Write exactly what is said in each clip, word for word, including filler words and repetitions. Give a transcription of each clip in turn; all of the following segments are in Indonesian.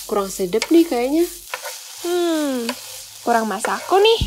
kurang sedap nih kayaknya. Hmm, kurang Masako nih.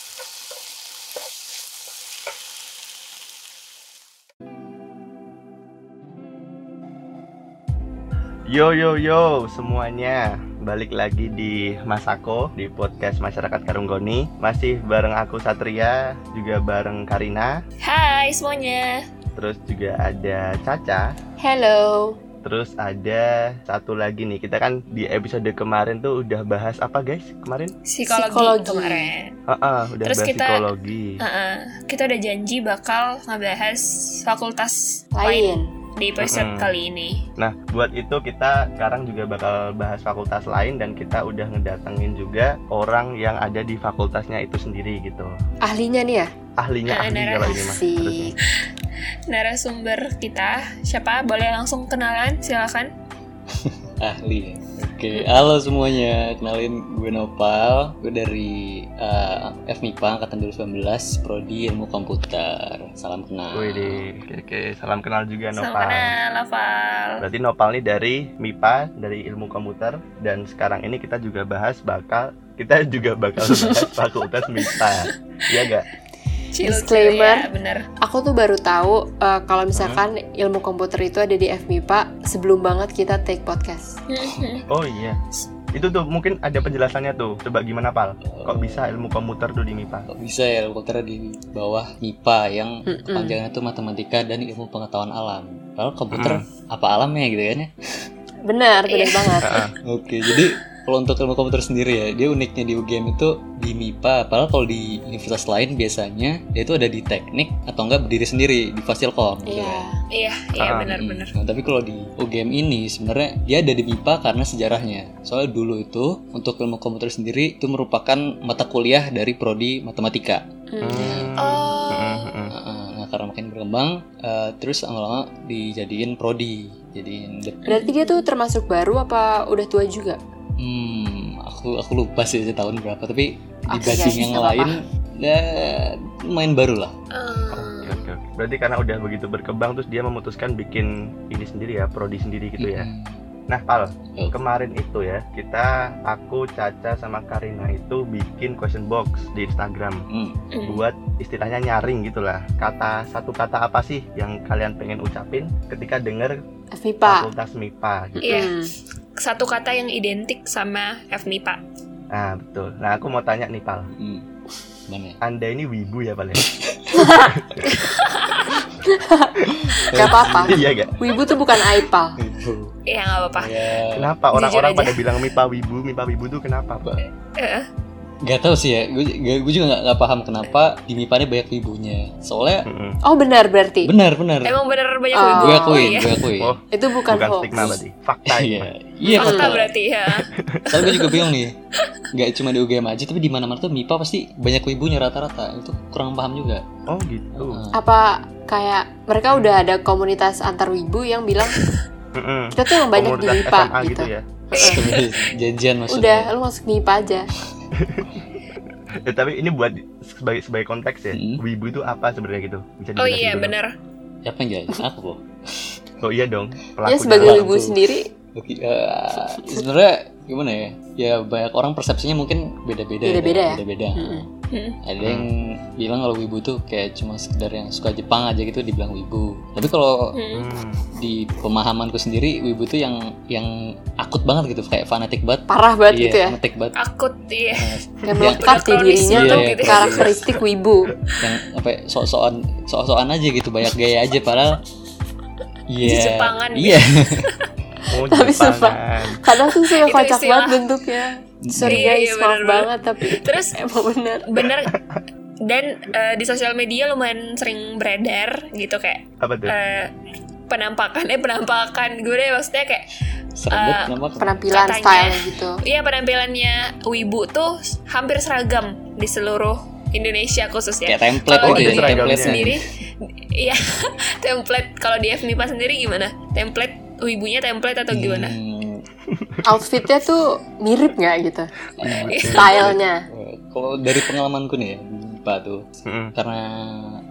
Yo yo yo semuanya, balik lagi di Masako, di podcast Masyarakat Karunggoni. Masih bareng aku Satria, juga bareng Karina. Hai semuanya. Terus juga ada Caca. Hello. Terus ada satu lagi nih, kita kan di episode kemarin tuh udah bahas apa guys kemarin? Psikologi, Psikologi. kemarin. Heeh, udah Terus bahas kita, psikologi. Uh-uh, kita udah janji bakal ngebahas fakultas Lain. lain di episode Mm-mm. kali ini. Nah, buat itu kita sekarang juga bakal bahas fakultas lain dan kita udah ngedatengin juga orang yang ada di fakultasnya itu sendiri gitu. Ahlinya nih ya? Ahlinya Ah, ahli narasi. kalau ini mah. Terus nih. Narasumber kita siapa? Boleh langsung kenalan? Silakan. Ahli. Oke, halo semuanya. Kenalin gue Nopal. Gue dari uh, F M I P A angkatan dua ribu sembilan belas, prodi Ilmu Komputer. Salam kenal. Wih deh, oke, oke. Salam kenal juga Salam Nopal. kenal, Lafal. Berarti Nopal nih dari M I P A, dari Ilmu Komputer. Dan sekarang ini kita juga bahas bakal Kita juga bakal bahas fakultas M I P A. Iya gak? Chill, Disclaimer. chill, ya, bener. Aku tuh baru tahu uh, kalau misalkan ilmu komputer itu ada di F M I P A sebelum banget kita take podcast. Oh iya. Itu tuh mungkin ada penjelasannya tuh. Coba gimana Pal? Kok bisa ilmu komputer tuh di M I P A? Kok bisa ya ilmu komputer di bawah M I P A yang Mm-mm. kepanjangannya tuh matematika dan ilmu pengetahuan alam. Kalau komputer apa alamnya gitu kan ya? Benar, benar Iya. banget. Oke, jadi kalau untuk ilmu komputer sendiri ya, dia uniknya di U G M itu di M I P A. Padahal kalau di universitas lain biasanya dia itu ada di teknik atau enggak berdiri sendiri di Fasilkom gitu Iya. kan. Iya, iya Ah, benar-benar. Nah, tapi kalau di U G M ini sebenarnya dia ada di M I P A karena sejarahnya. Soalnya dulu itu untuk ilmu komputer sendiri itu merupakan mata kuliah dari prodi matematika. Hmm. Oh. Mm-mm. Nah, karena makin berkembang, eh, terus lama-lama dijadiin prodi, jadiin de- Berarti dia tuh termasuk baru apa udah tua juga? hmm, aku aku lupa sih tahun berapa, tapi Oke, dibanding guys, yang gak lain, ya lumayan baru lah. Hmm. Oke, oke, oke. Berarti karena udah begitu berkembang terus dia memutuskan bikin ini sendiri ya, prodi sendiri gitu ya. Mm-mm. Nah, Pal, Oh. kemarin itu ya, kita aku, Caca sama Karina itu bikin question box di Instagram Hmm. buat istilahnya nyaring gitulah. Kata satu kata apa sih yang kalian pengen ucapin ketika denger F M I P A. fakultas M I P A gitu. Iya. Hmm. Satu kata yang identik sama F M I P A. Nah, betul. Nah, aku mau tanya nih, Pal. Hmm. Mana? Anda ini wibu ya, Pal ya? Gak apa-apa. Iya gak? Wibu tuh bukan aipal. Ibu. Iya, nggak apa-apa. Ya, Kenapa orang-orang aja. pada bilang M I P A wibu, M I P A wibu tuh kenapa, Pak? Eh, gak tahu sih ya. Gue gue juga nggak nggak paham kenapa di M I P A ini banyak ibunya. Soalnya Mm-mm. Oh benar berarti. benar benar. emang bener banyak Oh. wibu. Gue Oh, akuin, iya. gue akuin. Oh, Itu bukan, bukan hoax. stigma berarti. Fakta Iya, ya. iya Fakta fakta. berarti ya. Soalnya gue juga bingung nih. Gak cuma di U G M aja, tapi di mana-mana tuh M I P A pasti banyak wibunya rata-rata. Itu kurang paham juga. Oh, gitu. Heeh. Apa kayak mereka udah ada komunitas antar wibu yang bilang Mm-mm. kita tuh yang banyak di Komunitas M I P A S M A gitu. gitu ya. Janjian Udah, maksudnya. lu masuk M I P A aja. Eh, tapi ini buat sebagai sebagai konteks ya. Hmm. Wibu itu apa sebenarnya gitu? Bisa Oh dijelasin iya, dulu? bener. Siapa yang jelasin? Aku kok. Oh iya dong. Ya Pelakunya. sebagai Pelaku. wibu sendiri. Oke, eh, sebenarnya gimana ya? Ya banyak orang persepsinya mungkin beda-beda. Beda-beda ya? Beda-beda. Mm-mm. Hmm. Ada yang bilang kalau wibu tuh kayak cuma sekedar yang suka Jepang aja gitu dibilang wibu. Tapi kalau Hmm. Hmm. di pemahamanku sendiri, wibu tuh yang yang akut banget gitu, kayak fanatik banget. Parah banget Iya, gitu ya. fanatik banget. Akut, iya. Yang Yang- melekat di Udah dirinya kronis tuh gitu. karakteristik wibu. yang apa ya, sok-sokan sok-sokan aja gitu, banyak gaya aja padahal iya. Jepangan Iya. Oh, Tapi Jepangan. sumpah. Kadang tuh suka Itu kocak istilah. banget bentuknya. Sorry Iya, guys, iya, maaf bener-bener. banget tapi Terus emang bener. bener. Dan eh, di sosial media lumayan sering beredar gitu kayak Apa tuh? eh, penampakan eh penampakan gue deh maksudnya kayak Serbet Eh, kenapa? Penampilan Katanya. style gitu. iya penampilannya wibu tuh hampir seragam di seluruh Indonesia khususnya. Kayak template Kalau gitu ya, di seragamnya. template sendiri, iya template. Kalau di F M I P A sendiri gimana? Template wibunya template atau gimana? Hmm, Outfitnya tuh mirip nggak gitu? Iya. Stylenya. eh, kalau dari pengalamanku nih ya, di M I P A tuh Mm-mm. karena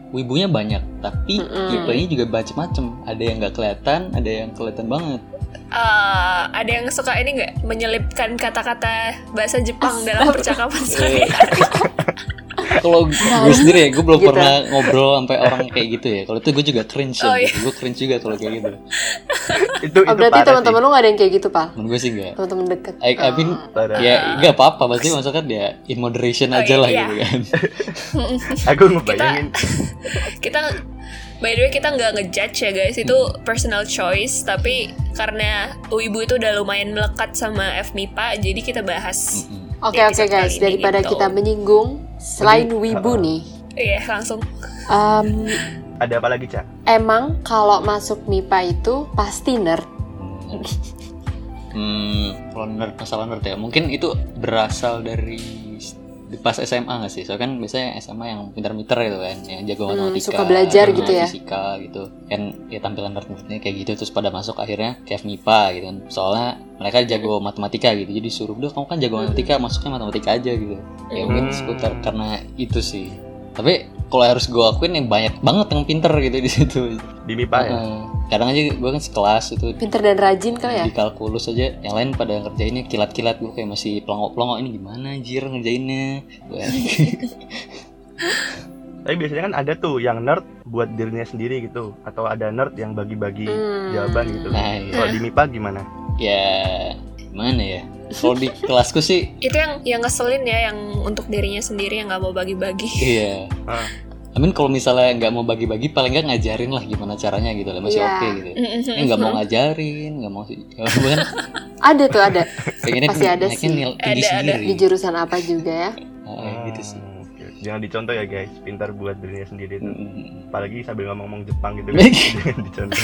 wibunya banyak, tapi Mm-mm. I P A-nya juga macem-macem. Ada yang nggak kelihatan, ada yang kelihatan banget. Uh, ada yang suka ini nggak menyelipkan kata-kata bahasa Jepang dalam percakapan saya. Kalau gue sendiri ya, gue belum Gitu. pernah ngobrol sampai orang kayak gitu ya. Kalau itu gue juga cringe Oh, ya, iya. gue cringe juga kalau kayak gitu. Itu Oh, itu berarti parah teman-teman lu gak ada yang kayak gitu, Pal? Temen gue sih enggak. Teman-teman deket. I, I mean, Oh. Parah. ya nggak apa-apa, pasti maksudnya dia in moderation Oh, aja iya, lah iya. gitu kan. Aku ngebayangin. Kita by the way kita nggak ngejudge ya guys, itu personal choice, tapi karena Wibu itu udah lumayan melekat sama F M I P A, jadi kita bahas. Mm-mm. Oke Di oke episode guys, kali ini daripada gitu. kita menyinggung selain Tapi, wibu uh-uh. nih, Iya langsung. em, Ada apa lagi, Cak? emang kalau masuk M I P A itu pasti nerd. Hmm, kalau nerd, masalah nerd ya, mungkin itu berasal dari di pas S M A nggak sih? Soalnya kan biasanya S M A yang pintar-pintar gitu kan, yang jago Hmm, matematika, suka belajar sama gitu ya. fisika gitu, kan ya tampilan nerd-nerdnya kayak gitu, terus pada masuk akhirnya ke F M I P A gitu kan, soalnya mereka jago matematika gitu, jadi suruh udah kamu kan jago matematika, masuknya matematika aja gitu. Ya mungkin Hmm. seputar karena itu sih. Tapi kalau harus gue akuin yang banyak banget yang pinter gitu di situ. Di M I P A ya? Heeh. Kadang aja gue kan sekelas itu Pinter dan rajin kali ya. di kalkulus aja, yang lain pada ngerjainnya kilat-kilat, gue kayak masih pelongo-pelongo, ini gimana anjir ngerjainnya. Tapi biasanya kan ada tuh yang nerd buat dirinya sendiri gitu, atau ada nerd yang bagi-bagi Hmm. jawaban gitu. Nah, iya. Kalau di M I P A gimana? Ya gimana ya, kalau di kelasku sih Itu yang yang ngeselin ya, yang untuk dirinya sendiri yang nggak mau bagi-bagi. iya. Ah. Amin kalau misalnya nggak mau bagi-bagi, paling nggak ngajarin lah gimana caranya gitu lah, masih Iya. oke gitu. Ini nggak mau ngajarin, nggak mau sih, kan Ada tuh ada pengennya Pasti ada naiknya sih. nil tinggi Ada, ada. sendiri. di jurusan apa juga ya. Nah, gitu sih. Hmm, oke. Jangan dicontoh ya guys, pintar buat dirinya sendiri tuh. Mm-mm. Apalagi sambil ngomong-ngomong Jepang gitu kan. Jangan dicontoh.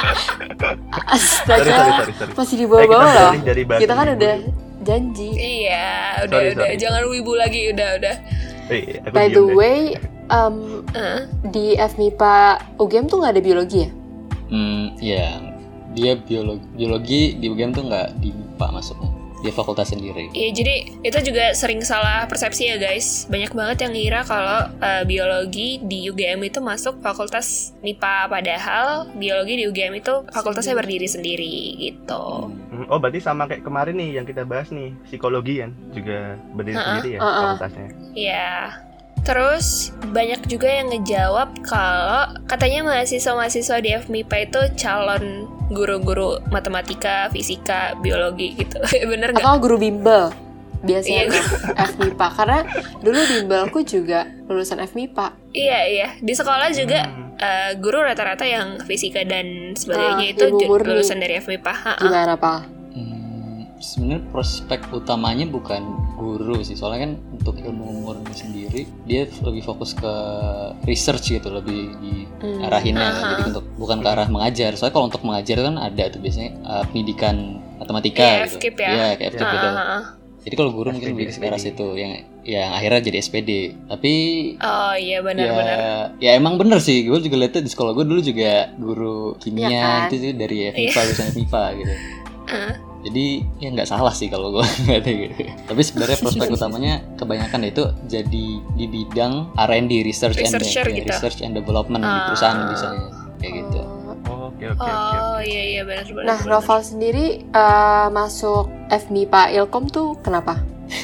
Astaga, Sorry, sorry, sorry, sorry. masih Eh, dibawa-bawa kita loh. beralih dari bahasa Kita kan wibu udah nih. janji. Iya, udah Sorry, udah sorry. jangan Wibu lagi, udah udah. Eh, aku By diem the deh. way, em, Uh, di F M I P A U G M tuh nggak ada biologi ya? Hmm, ya dia biologi biologi di U G M tuh nggak di M I P A masuknya, dia fakultas sendiri. Iya, jadi itu juga sering salah persepsi ya guys. Banyak banget yang ngira kalau uh, biologi di U G M itu masuk fakultas M I P A, padahal biologi di U G M itu fakultasnya berdiri sendiri gitu. Hmm, Oh berarti sama kayak kemarin nih yang kita bahas nih, psikologi kan juga berdiri Ha-ha. sendiri ya Ha-ha. fakultasnya. Iya. Terus banyak juga yang ngejawab kalau katanya mahasiswa-mahasiswa di F M I P A itu calon guru-guru matematika, fisika, biologi gitu. Bener nggak? Atau guru bimbel biasanya Iya. F M I P A, karena dulu bimbelku juga lulusan F M I P A. Iya, iya. Di sekolah juga Hmm. uh, guru rata-rata yang fisika dan sebagainya Ah, itu ilmu ju- murni. lulusan dari F M I P A. Ha-ha. Gimana Pak? Hmm, sebenarnya prospek utamanya bukan guru sih, soalnya kan untuk ilmu murni sendiri dia lebih fokus ke research gitu, lebih Hmm. diarahinnya kan. Aha. Jadi untuk bukan ke arah mengajar. Soalnya kalau untuk mengajar kan ada tuh biasanya uh, pendidikan matematika Iya, gitu. F K I P ya. Iya, kayak F K I P gitu. Ha-ha. Jadi kalau guru mungkin S P D, lebih ke arah S P D. situ yang yang akhirnya jadi S P D. Tapi Oh iya, ya, benar-benar. ya emang bener sih, gue juga lihatnya di sekolah gue dulu juga guru kimia Iya kan? itu tuh dari F M I P A, Iya. lulusan F M I P A gitu. Uh, Jadi ya nggak salah sih kalau gue nggak ada gitu. Tapi sebenarnya prospek utamanya kebanyakan itu jadi di bidang R and D, research and, Researcher ya, gitu. research and development di Ah. perusahaan misalnya kayak gitu. Oh, oke oke oke. oh iya iya benar-benar. Nah, Noval sendiri eh, masuk F M I P A Ilkom tuh kenapa?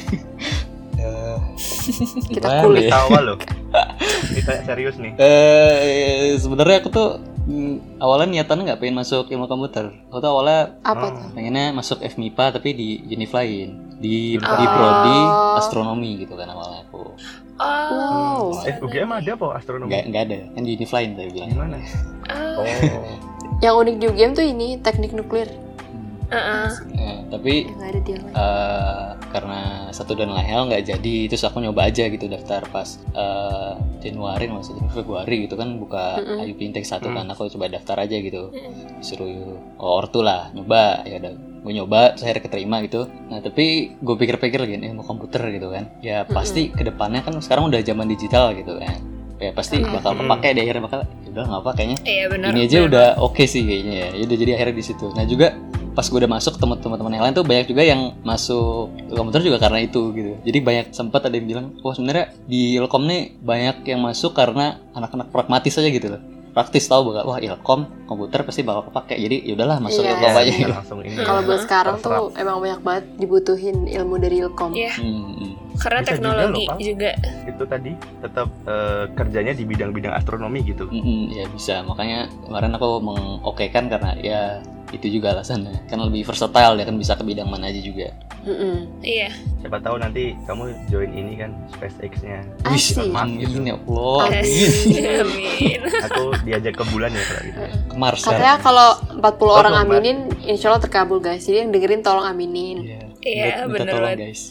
Eh, Kita gimana kulik. ya? Tawa loh. Kita serius nih. Eh, sebenarnya aku tuh mm, awalnya niatannya nggak pengen masuk ilmu komputer. Aku tuh awalnya Apa Oh. tuh? pengennya masuk F M I P A tapi di univ lain, di Oh. di prodi astronomi gitu kan awalnya aku. Oh. Wow. Eh, U G M ada apa astronomi? Nggak nggak ada kan di univ lain tadi bilang. Gimana? Oh. Oh. Yang unik di U G M tuh ini teknik nuklir. Uh-uh. Eh, tapi Yang nggak ada dia. eh, karena satu dan lain hal nggak jadi, terus aku nyoba aja gitu daftar pas eh, Januari maksudnya Februari gitu kan buka Mm-mm. I U P Intake satu kan, Mm. aku coba daftar aja gitu, disuruh oh, ortu lah nyoba, ya udah gue nyoba terus akhirnya keterima gitu. Nah tapi gue pikir-pikir lagi ilmu komputer gitu kan ya pasti kedepannya kan sekarang udah zaman digital gitu kan ya pasti Mm. bakal kepake deh, akhirnya bakal ya udah nggak apa kayaknya Iya benar. ini aja benar. udah oke sih kayaknya ya. Ya udah jadi akhirnya di situ. Nah juga pas gue udah masuk teman-teman yang lain tuh banyak juga yang masuk komputer juga karena itu gitu. Jadi banyak sempat ada yang bilang, wah sebenarnya di Ilkom nih banyak yang masuk karena anak-anak pragmatis aja gitu loh. Praktis tahu bahwa wah Ilkom komputer pasti bakal kepake. Jadi yaudahlah masuk Iya. Ilkom aja. Iya, langsung ini. Kalau buat sekarang terserap. tuh emang banyak banget dibutuhin ilmu dari Ilkom. Iya, Hmm, hmm. karena Bisa teknologi juga loh, Pak. juga. Itu tadi tetap eh, kerjanya di bidang-bidang astronomi gitu. Mm-mm, ya bisa, makanya kemarin aku mengokekan karena ya itu juga alasannya, kan lebih versatile ya kan, bisa ke bidang mana aja juga. Mm-mm. Iya. Siapa tahu nanti kamu join ini kan SpaceX-nya. Asik. Amin ya Allah, Amin. amin. Amin. Aku diajak ke bulan ya kalau gitu. Ya. Ke Mars ya. Katanya kalau empat puluh Oh, orang Mbak. aminin, insya Allah terkabul guys. Jadi yang dengerin tolong aminin. Iya, Iya, minta- minta bener tolong banget. guys.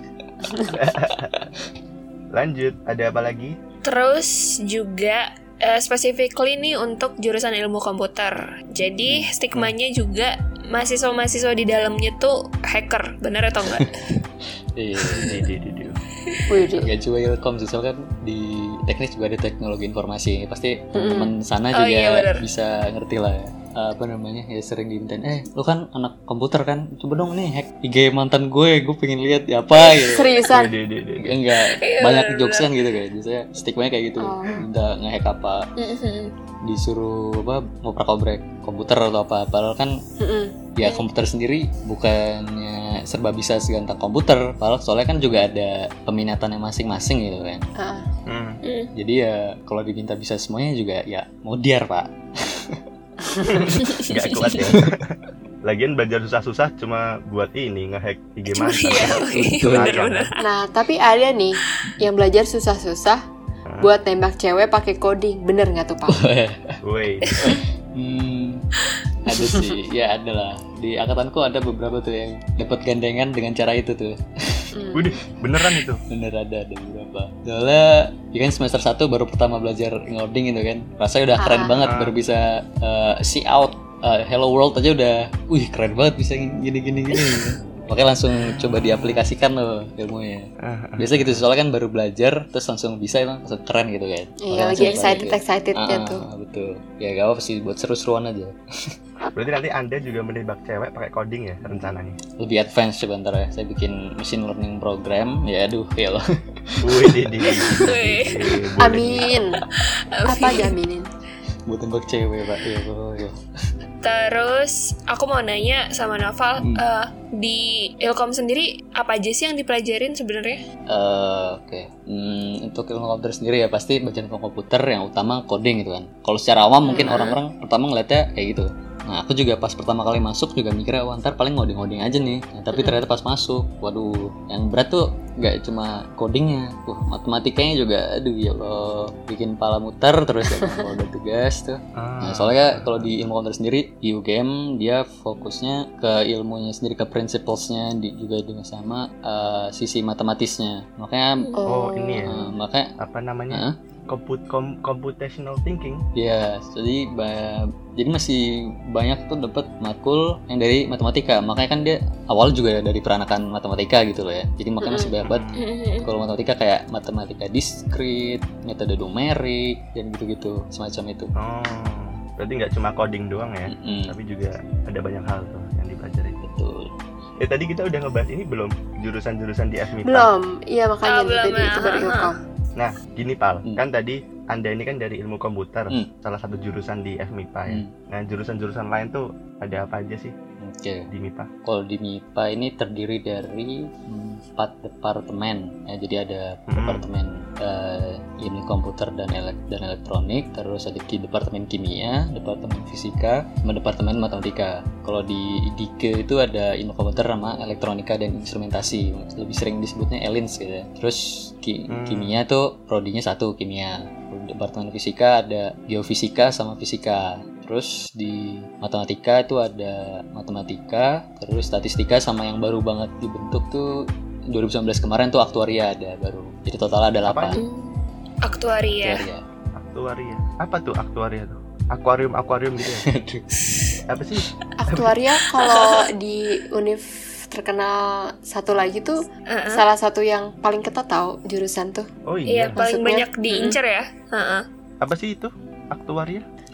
Lanjut, ada apa lagi? Terus juga uh, specifically nih untuk jurusan ilmu komputer. Jadi stigmanya juga mahasiswa-mahasiswa di dalamnya tuh hacker, bener atau enggak? Iya, Di, di, di, di. Wih, Di. gak cuma Ilkom sih, soalnya kan di teknik juga ada teknologi informasi. Pasti teman-teman sana Oh, juga iya, bener. bisa ngerti lah ya. Apa namanya, ya sering dimintain, eh lu kan anak komputer kan, coba dong nih hack I G mantan gue, gue pengen lihat ya apa gitu. Seriusan? Di, di, di, di. Enggak, Iya, banyak bener. jokes kan gitu kayak biasanya stigmanya kayak gitu. Oh. Minta nge-hack apa, Mhm. disuruh apa ngobrak-ngobrak komputer atau apa, padahal kan Mm-mm. ya komputer sendiri bukannya serba bisa seganteng komputer, padahal soalnya kan juga ada peminatannya masing-masing gitu kan. Ah. Hmm. Mm. Jadi ya kalau diminta bisa semuanya juga ya modiar pak. Nggak kuat ya. Lagian belajar susah-susah cuma buat ini ngehack I G Cuma mantan. iya, Betul. bener-bener. Nah, tapi ada nih yang belajar susah-susah buat nembak cewek pakai coding. Bener nggak tuh, Pak? Woi, Hmm, ada sih, ya ada lah. Di angkatanku ada beberapa tuh yang dapat gandengan dengan cara itu tuh. Hmm. Widih, beneran itu. Bener ada, ada beberapa. Soalnya, ya kan semester satu baru pertama belajar ngoding gitu kan. Rasanya udah keren Ah. banget, Ah. baru bisa uh, see out, uh, hello world aja udah, wih keren banget bisa gini-gini gini. Makanya langsung coba diaplikasikan loh ilmunya. Biasa gitu, soalnya kan baru belajar, terus langsung bisa emang langsung keren gitu kan. Iya, Makanya lagi langsung excited belajar. excitednya Ah, tuh. betul. Ya gak apa sih, buat seru-seruan aja. Berarti nanti Anda juga menembak cewek pakai coding ya rencananya? Lebih advance coba ntar ya. Saya bikin machine learning program. Ya aduh, ya loh. Wih, di, di, di, di. Wih. Boleh. Amin. Apa aja aminin? Buat tembak cewek pak. Ya pokoknya. Terus aku mau nanya sama Noval, Hmm. eh, di Ilkom sendiri apa aja sih yang dipelajarin sebenarnya? Eh, Oke, Hmm, untuk ilmu komputer sendiri ya pasti bacaan komputer yang utama coding gitu kan. Kalau secara awam mungkin Hmm. orang-orang pertama ngeliatnya kayak gitu. Nah aku juga pas pertama kali masuk juga mikirnya wah ntar paling ngoding-ngoding aja nih. Nah, tapi ternyata pas masuk, waduh, yang berat tuh nggak cuma codingnya, tuh matematikanya juga, aduh ya Allah, bikin pala muter terus ya kalau udah tugas tuh. Ah. Nah, soalnya kalau di ilmu komputer sendiri di U G M dia fokusnya ke ilmunya sendiri, ke principlesnya, di, juga dengan sama uh, sisi matematisnya. Makanya Oh, ini ya. uh, makanya Apa namanya? Hah? Comput com- computational thinking. ya jadi ba- jadi masih banyak tuh dapat matkul yang dari matematika. Makanya kan dia awal juga dari peranakan matematika gitu loh ya. Jadi makanya masih banyak banget Mhm. kalau matematika kayak matematika diskrit, metode numerik dan gitu-gitu semacam itu. Oh, berarti nggak cuma coding doang ya, Mm-mm, tapi juga ada banyak hal tuh yang dipelajari. betul. Eh tadi kita udah ngebahas ini belum jurusan-jurusan di F M I P A? Belum. Iya makanya Oh, belum tadi ya. itu baru Ilkom. Nah, gini Pal, Hmm. kan tadi Anda ini kan dari ilmu komputer, Hmm. salah satu jurusan di F M I P A ya. Hmm, Nah, jurusan-jurusan lain tuh ada apa aja sih Oke. di M I P A? Kalau di M I P A ini terdiri dari empat departemen. Ya, jadi ada Hmm. departemen eh, ilmu komputer dan elek- dan elektronik, terus ada di departemen kimia, departemen fisika, sama departemen matematika. Kalau di I D K itu ada ilmu komputer sama elektronika dan instrumentasi. Lebih sering disebutnya E L I N S gitu ya. Terus ki- Hmm. kimia tuh prodinya satu kimia. Departemen fisika ada geofisika sama fisika. Terus di matematika itu ada matematika, terus statistika, sama yang baru banget dibentuk tuh dua ribu sembilan belas kemarin tuh aktuaria ada baru. Jadi total ada Apa? delapan. Aktuaria. Aktuaria. Aktuaria. Apa tuh aktuaria tuh? Akuarium-akuarium gitu ya? Aduh. Apa sih? Aktuaria kalau di univ terkenal satu lagi tuh Uh-uh. salah satu yang paling ketat tahu jurusan tuh. Oh Iya, iya. paling Maksudnya? banyak diincer ya. Heeh. Apa sih itu? Aktuaria?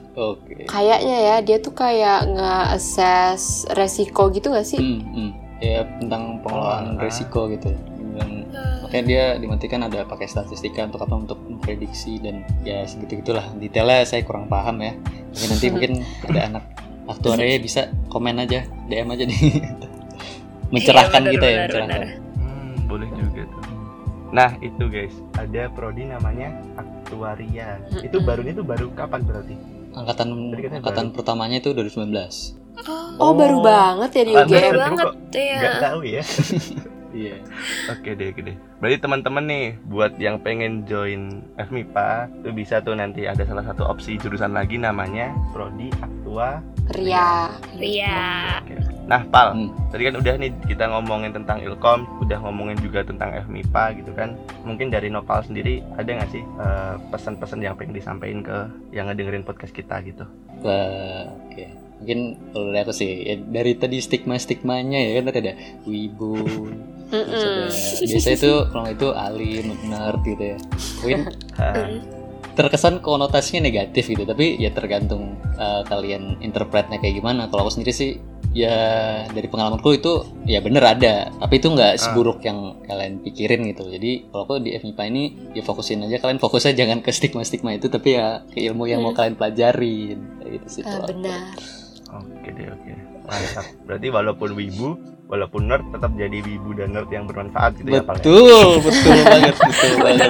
Oke. Kayaknya ya dia tuh kayak nge-assess resiko gitu gak sih? Hmm, hmm. Ya tentang pengelolaan Oh, resiko gitu. Dan makanya dia dimatikan ada pakai statistika untuk apa, untuk memprediksi dan ya segitu gitulah. Detailnya saya kurang paham ya. Mungkin nanti mungkin ada anak aktuaria bisa komen aja, D M aja nih. Mencerahkan Iya, kita ya, benar, mencerahkan. benar. Hmm, boleh juga tuh. Nah itu guys, ada prodi namanya aktuaria. Itu Mm-mm. barunya tuh baru kapan berarti? Angkatan Tadi katanya angkatan baru. pertamanya itu dua ribu sembilan belas. Oh, baru banget ya di Ah, U G bener, M. Baru banget, kok iya. Gak tahu ya. Iya. Oke deh, oke deh. Berarti teman-teman nih, buat yang pengen join F M I P A, tuh bisa tuh nanti ada salah satu opsi jurusan lagi namanya prodi aktua. Ria. Iya. Oke. Nah, Pal, Hmm. tadi kan udah nih kita ngomongin tentang Ilkom, udah ngomongin juga tentang F M I P A gitu kan. Mungkin dari Nopal sendiri ada nggak sih eh, pesan-pesan yang pengen disampaikan ke yang ngedengerin podcast kita gitu? Wah, oke. Mungkin kalau dari aku sih ya, dari tadi stigma-stigmanya ya kan tadi ada wibu, terus ada biasa itu kalau itu alim, nerd gitu ya. Mungkin Hah. terkesan konotasinya negatif gitu, tapi ya tergantung uh, kalian interpretnya kayak gimana. Kalau aku sendiri sih ya dari pengalamanku itu ya bener ada, tapi itu nggak seburuk yang kalian pikirin gitu. Jadi kalau aku di F M I P A ini ya fokusin aja, kalian fokusnya jangan ke stigma-stigma itu, tapi ya ke ilmu yang mau kalian pelajarin kayak gitu sih. Ah, kalau aku. benar. Oke deh, oke. Mantap. Berarti walaupun wibu, walaupun nerd tetap jadi wibu dan nerd yang bermanfaat gitu ya, Pal. Betul, betul banget, betul banget.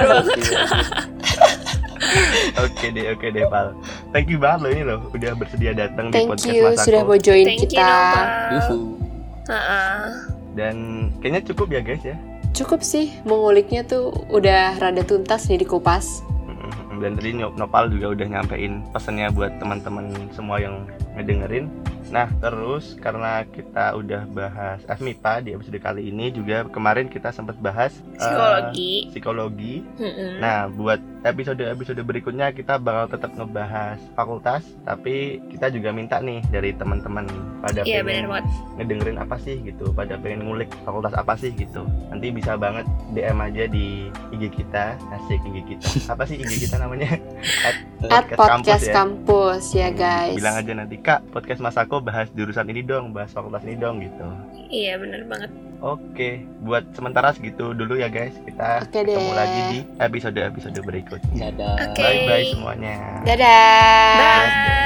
Oke deh, oke deh, Pal. Thank you banget loh ini loh, udah bersedia datang di Thank podcast you Masako. sudah mau join Thank you, kita. Nopal. Yuhu. Heeh. Dan kayaknya cukup ya guys ya. Cukup sih, menguliknya tuh udah rada tuntas nih dikupas. Dan tadi Nopal juga udah nyampein pesannya buat teman-teman semua yang ngedengerin. Nah terus karena kita udah bahas F M I P A di episode kali ini, juga kemarin kita sempat bahas eh, Psikologi. psikologi. Mm-mm. Nah buat episode-episode berikutnya kita bakal tetap ngebahas fakultas, tapi kita juga minta nih dari teman-teman pada Iya, pengen benar banget. ngedengerin apa sih gitu, pada pengen ngulik fakultas apa sih gitu. Nanti bisa banget D M aja di I G kita, asik I G kita. Apa sih I G kita namanya? At, At podcast ya. kampus ya guys. Bilang aja nanti, Kak, podcast Masako bahas jurusan ini dong, bahas fakultas ini dong gitu. Iya, benar banget. Oke, buat sementara segitu dulu ya guys. Kita Oke ketemu deh. lagi di episode-episode berikutnya. Dadah. Oke. Bye bye semuanya. Dadah. Bye.